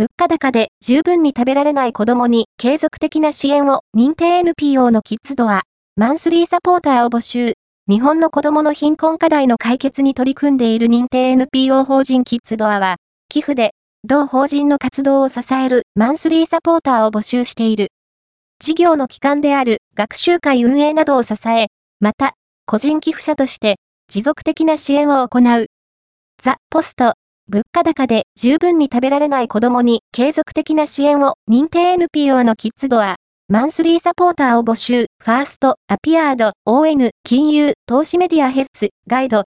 物価高で十分に食べられない子供に継続的な支援を認定 NPO のキッズドア、マンスリーサポーターを募集。日本の子供の貧困課題の解決に取り組んでいる認定 NPO 法人キッズドアは、寄付で同法人の活動を支えるマンスリーサポーターを募集している。事業の基幹である学習会運営などを支え、また、個人寄付者として持続的な支援を行う。ザ・ポスト。物価高で十分に食べられない子供に継続的な支援を認定 NPO のキッズドア、マンスリーサポーターを募集。ファースト、アピアード、ON、金融、投資メディアヘッズ、ガイド、